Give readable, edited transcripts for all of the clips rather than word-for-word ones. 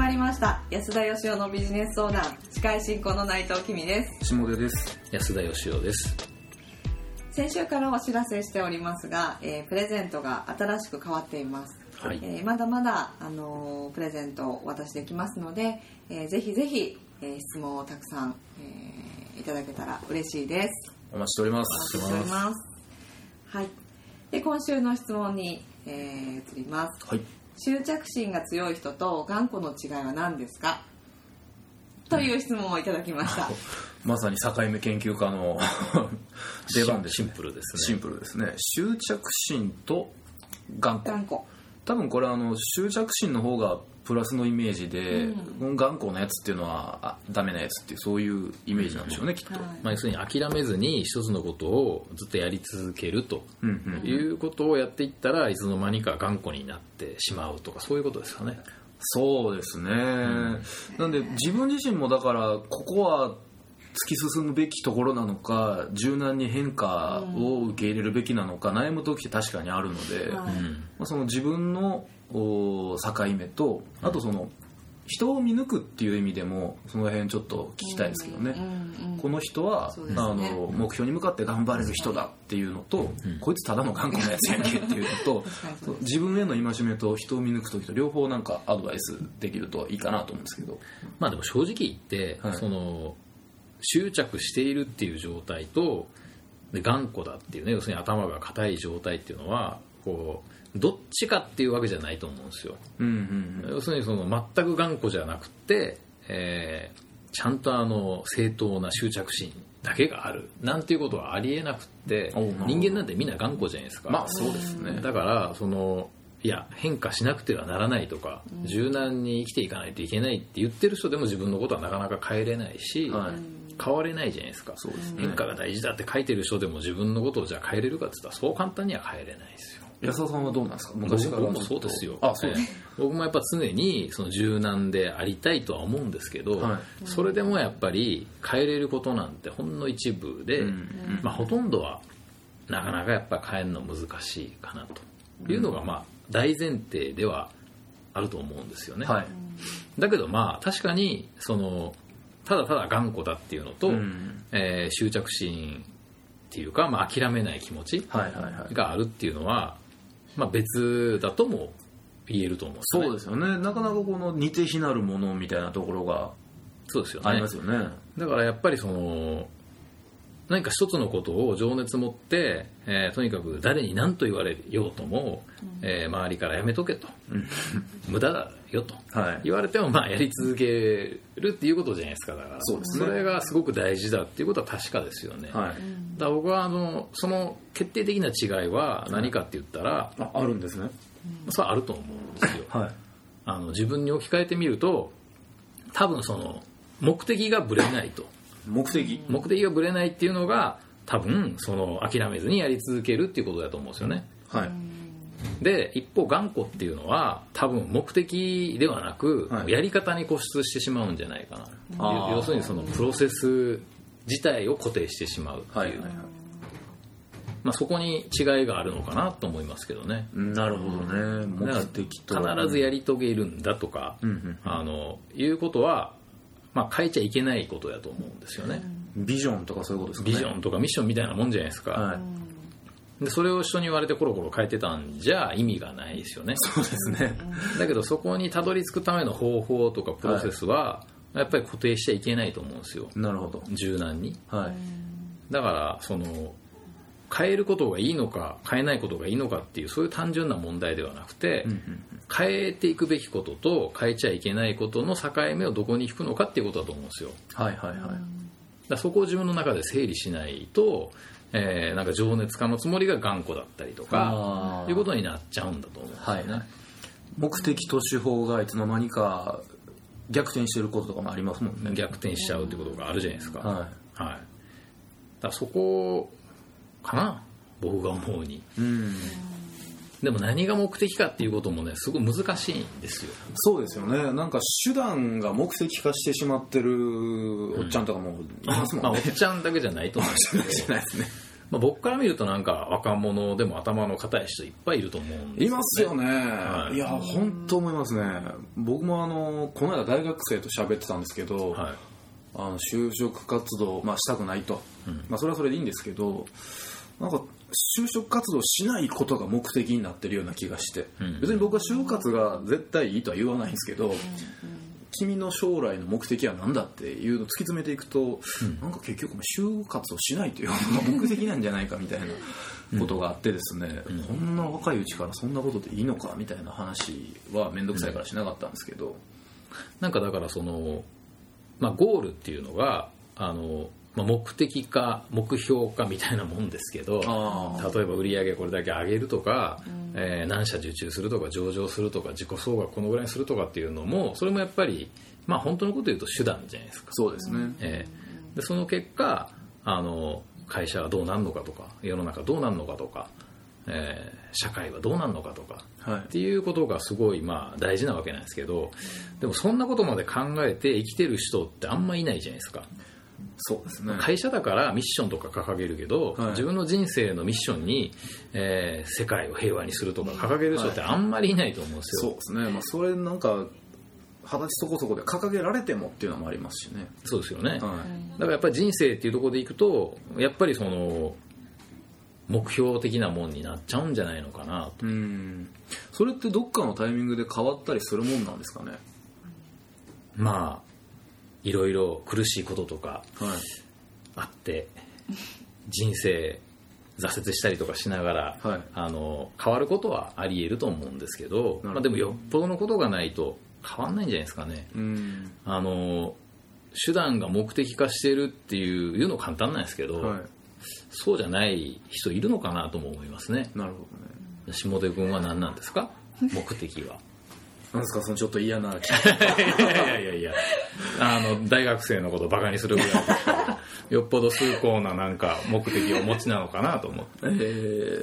まりました。安田義雄のビジネス相談、司会進行の内藤君です。 下出です。 安田義雄です。 先週からお知らせしておりますが、プレゼントが新しく変わっています。はい。まだまだ、プレゼントをお渡しできますので、ぜひぜひ、質問をたくさん、いただけたら嬉しいです。 お待ちしております。 お待ちしております。はい。で、今週の質問に、移ります。はい。執着心が強い人と頑固の違いは何ですか、という質問をいただきました。 まさに境目研究家の出番です、ね。 シンプルですね。 シンプルですね。執着心と頑固。多分これ執着心の方がプラスのイメージで、頑固なやつっていうのはダメなやつっていう、そういうイメージなんでしょうね、きっと。 はい。要するに諦めずに一つのことをずっとやり続けるということをやっていったら、いつの間にか頑固になってしまうとか、そういうことですよね。 そうですね。なんで自分自身もだからここは突き進むべきところなのか、柔軟に変化を受け入れるべきなのか、悩む時って確かにあるので、その自分の境目と、あとその人を見抜くっていう意味でもその辺ちょっと聞きたいですけどね。この人は、目標に向かって頑張れる人だっていうのと、こいつただの頑固なやつやんけっていうのと自分への戒めと人を見抜く時と両方なんかアドバイスできるといいかなと思うんですけど、 でも正直言って、その執着しているっていう状態とで頑固だっていうね、要するに頭が硬い状態っていうのはこうどっちかっていうわけじゃないと思うんですよ。要するにその全く頑固じゃなくて、ちゃんと正当な執着心だけがあるなんていうことはありえなくって、人間なんてみんな頑固じゃないですか。 そうですね。 だから変化しなくてはならないとか、柔軟に生きていかないといけないって言ってる人でも自分のことはなかなか変えれないし、変われないじゃないですか。そうですね。変化が大事だって書いてる人でも自分のことをじゃあ変えれるかって言ったらそう簡単には変えれないですよ。 安田さんはどうなんですか？ 昔から僕もそうですよ。僕もやっぱ常にその柔軟でありたいとは思うんですけど、それでもやっぱり変えれることなんてほんの一部で、ほとんどはなかなかやっぱ変えるの難しいかなというのが大前提ではあると思うんですよね。だけど確かにそのただただ頑固だっていうのと、執着心っていうか、諦めない気持ちがあるっていうのは、別だとも言えると思うんですね。 そうですよね。なかなかこの似て非なるものみたいなところがありますよね。 だからやっぱりその何か一つのことを情熱持って、とにかく誰に何と言われようとも、周りからやめとけと、無駄だよと言われてもやり続けるっていうことじゃないですか。だからそれがすごく大事だっていうことは確かですよね。だから僕はその決定的な違いは何かって言ったら、 あるんですね。 それはあると思うんですよ。自分に置き換えてみると、多分その目的がぶれないと。目的がぶれないっていうのが多分その諦めずにやり続けるっていうことだと思うんですよね。で一方頑固っていうのは多分目的ではなく、やり方に固執してしまうんじゃないかな。要するにそのプロセス自体を固定してしまうっていう、そこに違いがあるのかなと思いますけどね。 なるほどね。目的と必ずやり遂げるんだとか、いうことは変えちゃいけないことだと思うんですよね。 ビジョンとかそういうことですかね。 ビジョンとかミッションみたいなもんじゃないですか。でそれを人に言われてコロコロ変えてたんじゃ意味がないですよね。 そうですね。 だけどそこにたどり着くための方法とかプロセスはやっぱり固定しちゃいけないと思うんですよ。 なるほど。 柔軟に。だからその変えることがいいのか変えないことがいいのかっていうそういう単純な問題ではなくて、変えていくべきことと変えちゃいけないことの境目をどこに引くのかっていうことだと思うんですよ。だそこを自分の中で整理しないと、なんか情熱家のつもりが頑固だったりとかいうことになっちゃうんだと思うんですよね。 目的と手法がいつの間にか逆転してることとかもありますもんね。 逆転しちゃうってことがあるじゃないですか。だからそこかな、僕が思うに。でも何が目的かっていうこともねすごい難しいんですよ。 そうですよね。なんか手段が目的化してしまってるおっちゃんとかもいますもんね。 おっちゃんだけじゃないと思うんですけどじゃないですね。 僕から見るとなんか若者でも頭の固い人いっぱいいると思うんですよね。 いますよね、 はい、 いや本当思いますね。僕もこの間大学生と喋ってたんですけど、はい、就職活動、したくないと、それはそれでいいんですけど、なんか就職活動しないことが目的になってるような気がして、別に僕は就活が絶対いいとは言わないんですけど、君の将来の目的は何だっていうのを突き詰めていくと、なんか結局就活をしないというのが目的なんじゃないかみたいなことがあってですね、こんな若いうちからそんなことでいいのかみたいな話は面倒くさいからしなかったんですけど、 なんかだからその、ゴールっていうのが目的か目標かみたいなもんですけど、例えば売り上げこれだけ上げるとか、何社受注するとか上場するとか自己総額このぐらいにするとかっていうのも、それもやっぱり本当のこと言うと手段じゃないですか。 そうですね、 でその結果会社はどうなるのかとか、世の中どうなるのかとか、社会はどうなるのかとか、っていうことがすごい大事なわけなんですけど、でもそんなことまで考えて生きてる人ってあんまいないじゃないですか。 そうですね、 会社だからミッションとか掲げるけど、自分の人生のミッションに、世界を平和にするとか掲げる人ってあんまりいないと思うんですよ。 そうですね、それなんか二十歳そこそこで掲げられてもっていうのもありますしね。 そうですよね、だからやっぱり人生っていうところでいくと、やっぱりその目標的なもんになっちゃうんじゃないのかなと。 それってどっかのタイミングで変わったりするもんなんですかね。 いろいろ苦しいこととかあって、人生挫折したりとかしながら、変わることはあり得ると思うんですけど、でもよっぽどのことがないと変わんないんじゃないですかね。手段が目的化しているっていうの簡単なんですけど、そうじゃない人いるのかなとも思いますね。 なるほどね。 下出君は何なんですか目的は。 なんですかそのちょっと嫌ないや大学生のことをバカにするぐらいよっぽど崇高ななんか目的をお持ちなのかなと思って、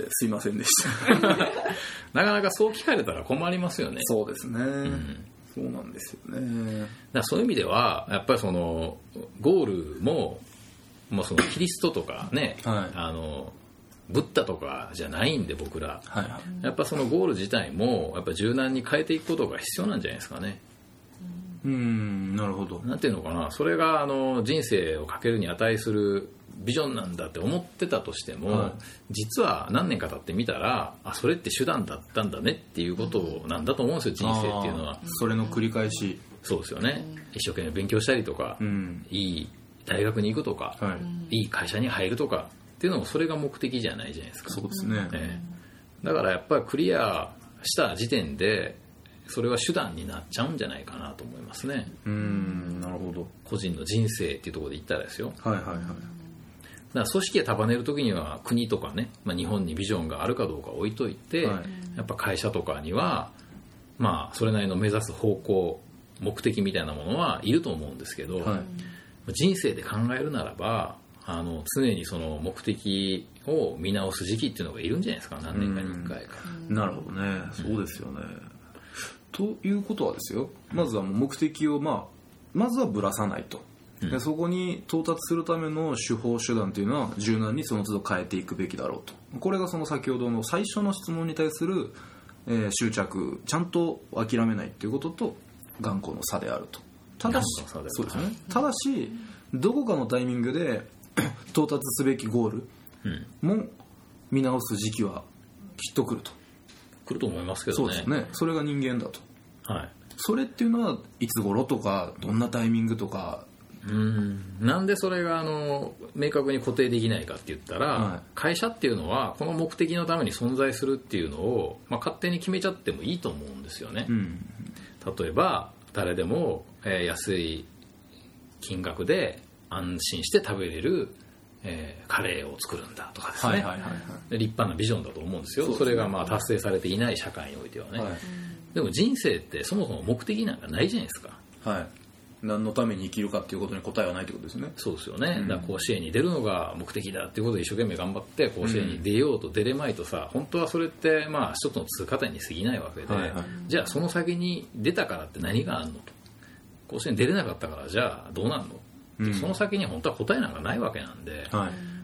すいませんでしたなかなかそう聞かれたら困りますよね。 そうですね、そうなんですよね。 だからそういう意味ではやっぱりそのゴールも、そのキリストとかね、ブッダとかじゃないんで僕ら、やっぱそのゴール自体もやっぱ柔軟に変えていくことが必要なんじゃないですかね。 なるほど。 なんていうのかな、それが人生をかけるに値するビジョンなんだって思ってたとしても、実は何年か経ってみたらそれって手段だったんだねっていうことなんだと思うんですよ、人生っていうのは。 それの繰り返し。 そうですよね、一生懸命勉強したりとか、いい大学に行くとか、いい会社に入るとかっていうのもそれが目的じゃないじゃないですか。 そうですね、 だからやっぱりクリアした時点でそれは手段になっちゃうんじゃないかなと思いますね。 なるほど。 個人の人生っていうところで言ったらですよ。 だから組織を束ねるときには国とかね、日本にビジョンがあるかどうか置いといて、やっぱ会社とかにはそれなりの目指す方向目的みたいなものはいると思うんですけど、人生で考えるならば常にその目的を見直す時期っていうのがいるんじゃないですか、何年かに1回か。 なるほどね、そうですよね。ということはですよ、まずは目的をまずはぶらさないと、でそこに到達するための手法手段というのは柔軟にその都度変えていくべきだろうと。これがその先ほどの最初の質問に対する、執着、ちゃんと諦めないということと頑固の差であると。ただし、そうですね、ただしどこかのタイミングで到達すべきゴールも見直す時期はきっと来ると。 来ると思いますけどね。 そうですね、それが人間だと。 はい。 それっていうのはいつ頃とかどんなタイミングとか。 なんでそれが明確に固定できないかって言ったら、会社っていうのはこの目的のために存在するっていうのを、勝手に決めちゃってもいいと思うんですよね。例えば誰でも、安い金額で安心して食べれる、カレーを作るんだとかですね、立派なビジョンだと思うんですよ。それが達成されていない社会においてはね、でも人生ってそもそも目的なんかないじゃないですか。 何のために生きるかっていうことに答えはないってことですね。 そうですよね、だから甲子園に出るのが目的だっていうことで一生懸命頑張って甲子園に出ようと出れまいとさ、本当はそれって一つの通過点に過ぎないわけで、じゃあその先に出たからって何があるのと、甲子園出れなかったからじゃあどうなんの、その先に本当は答えなんかないわけなんで、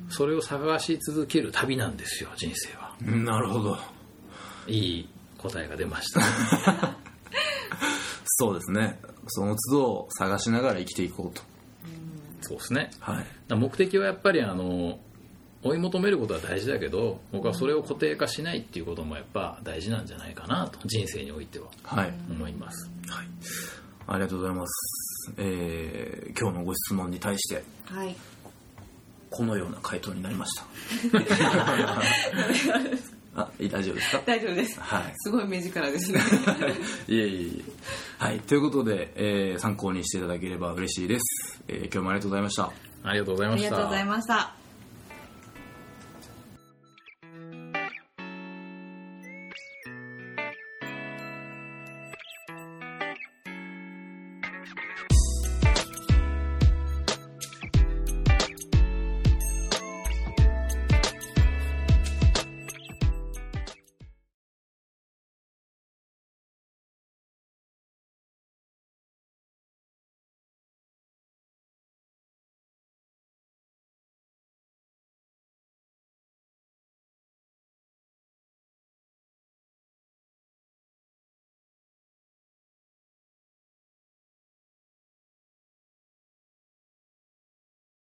それを探し続ける旅なんですよ、人生は。 なるほど。 いい答えが出ましたそうですね。その都度探しながら生きていこうと。 そうですね、 はい、 目的はやっぱり追い求めることは大事だけど、僕はそれを固定化しないっていうこともやっぱ大事なんじゃないかなと、人生においては思います。 はい、ありがとうございます。今日のご質問に対して、 はい、 このような回答になりました大丈夫ですか？ 大丈夫です、 はい、 すごい目力ですねいえいえいえ、はい、ということで、参考にしていただければ嬉しいです。今日もありがとうございました。 ありがとうございました。 ありがとうございました。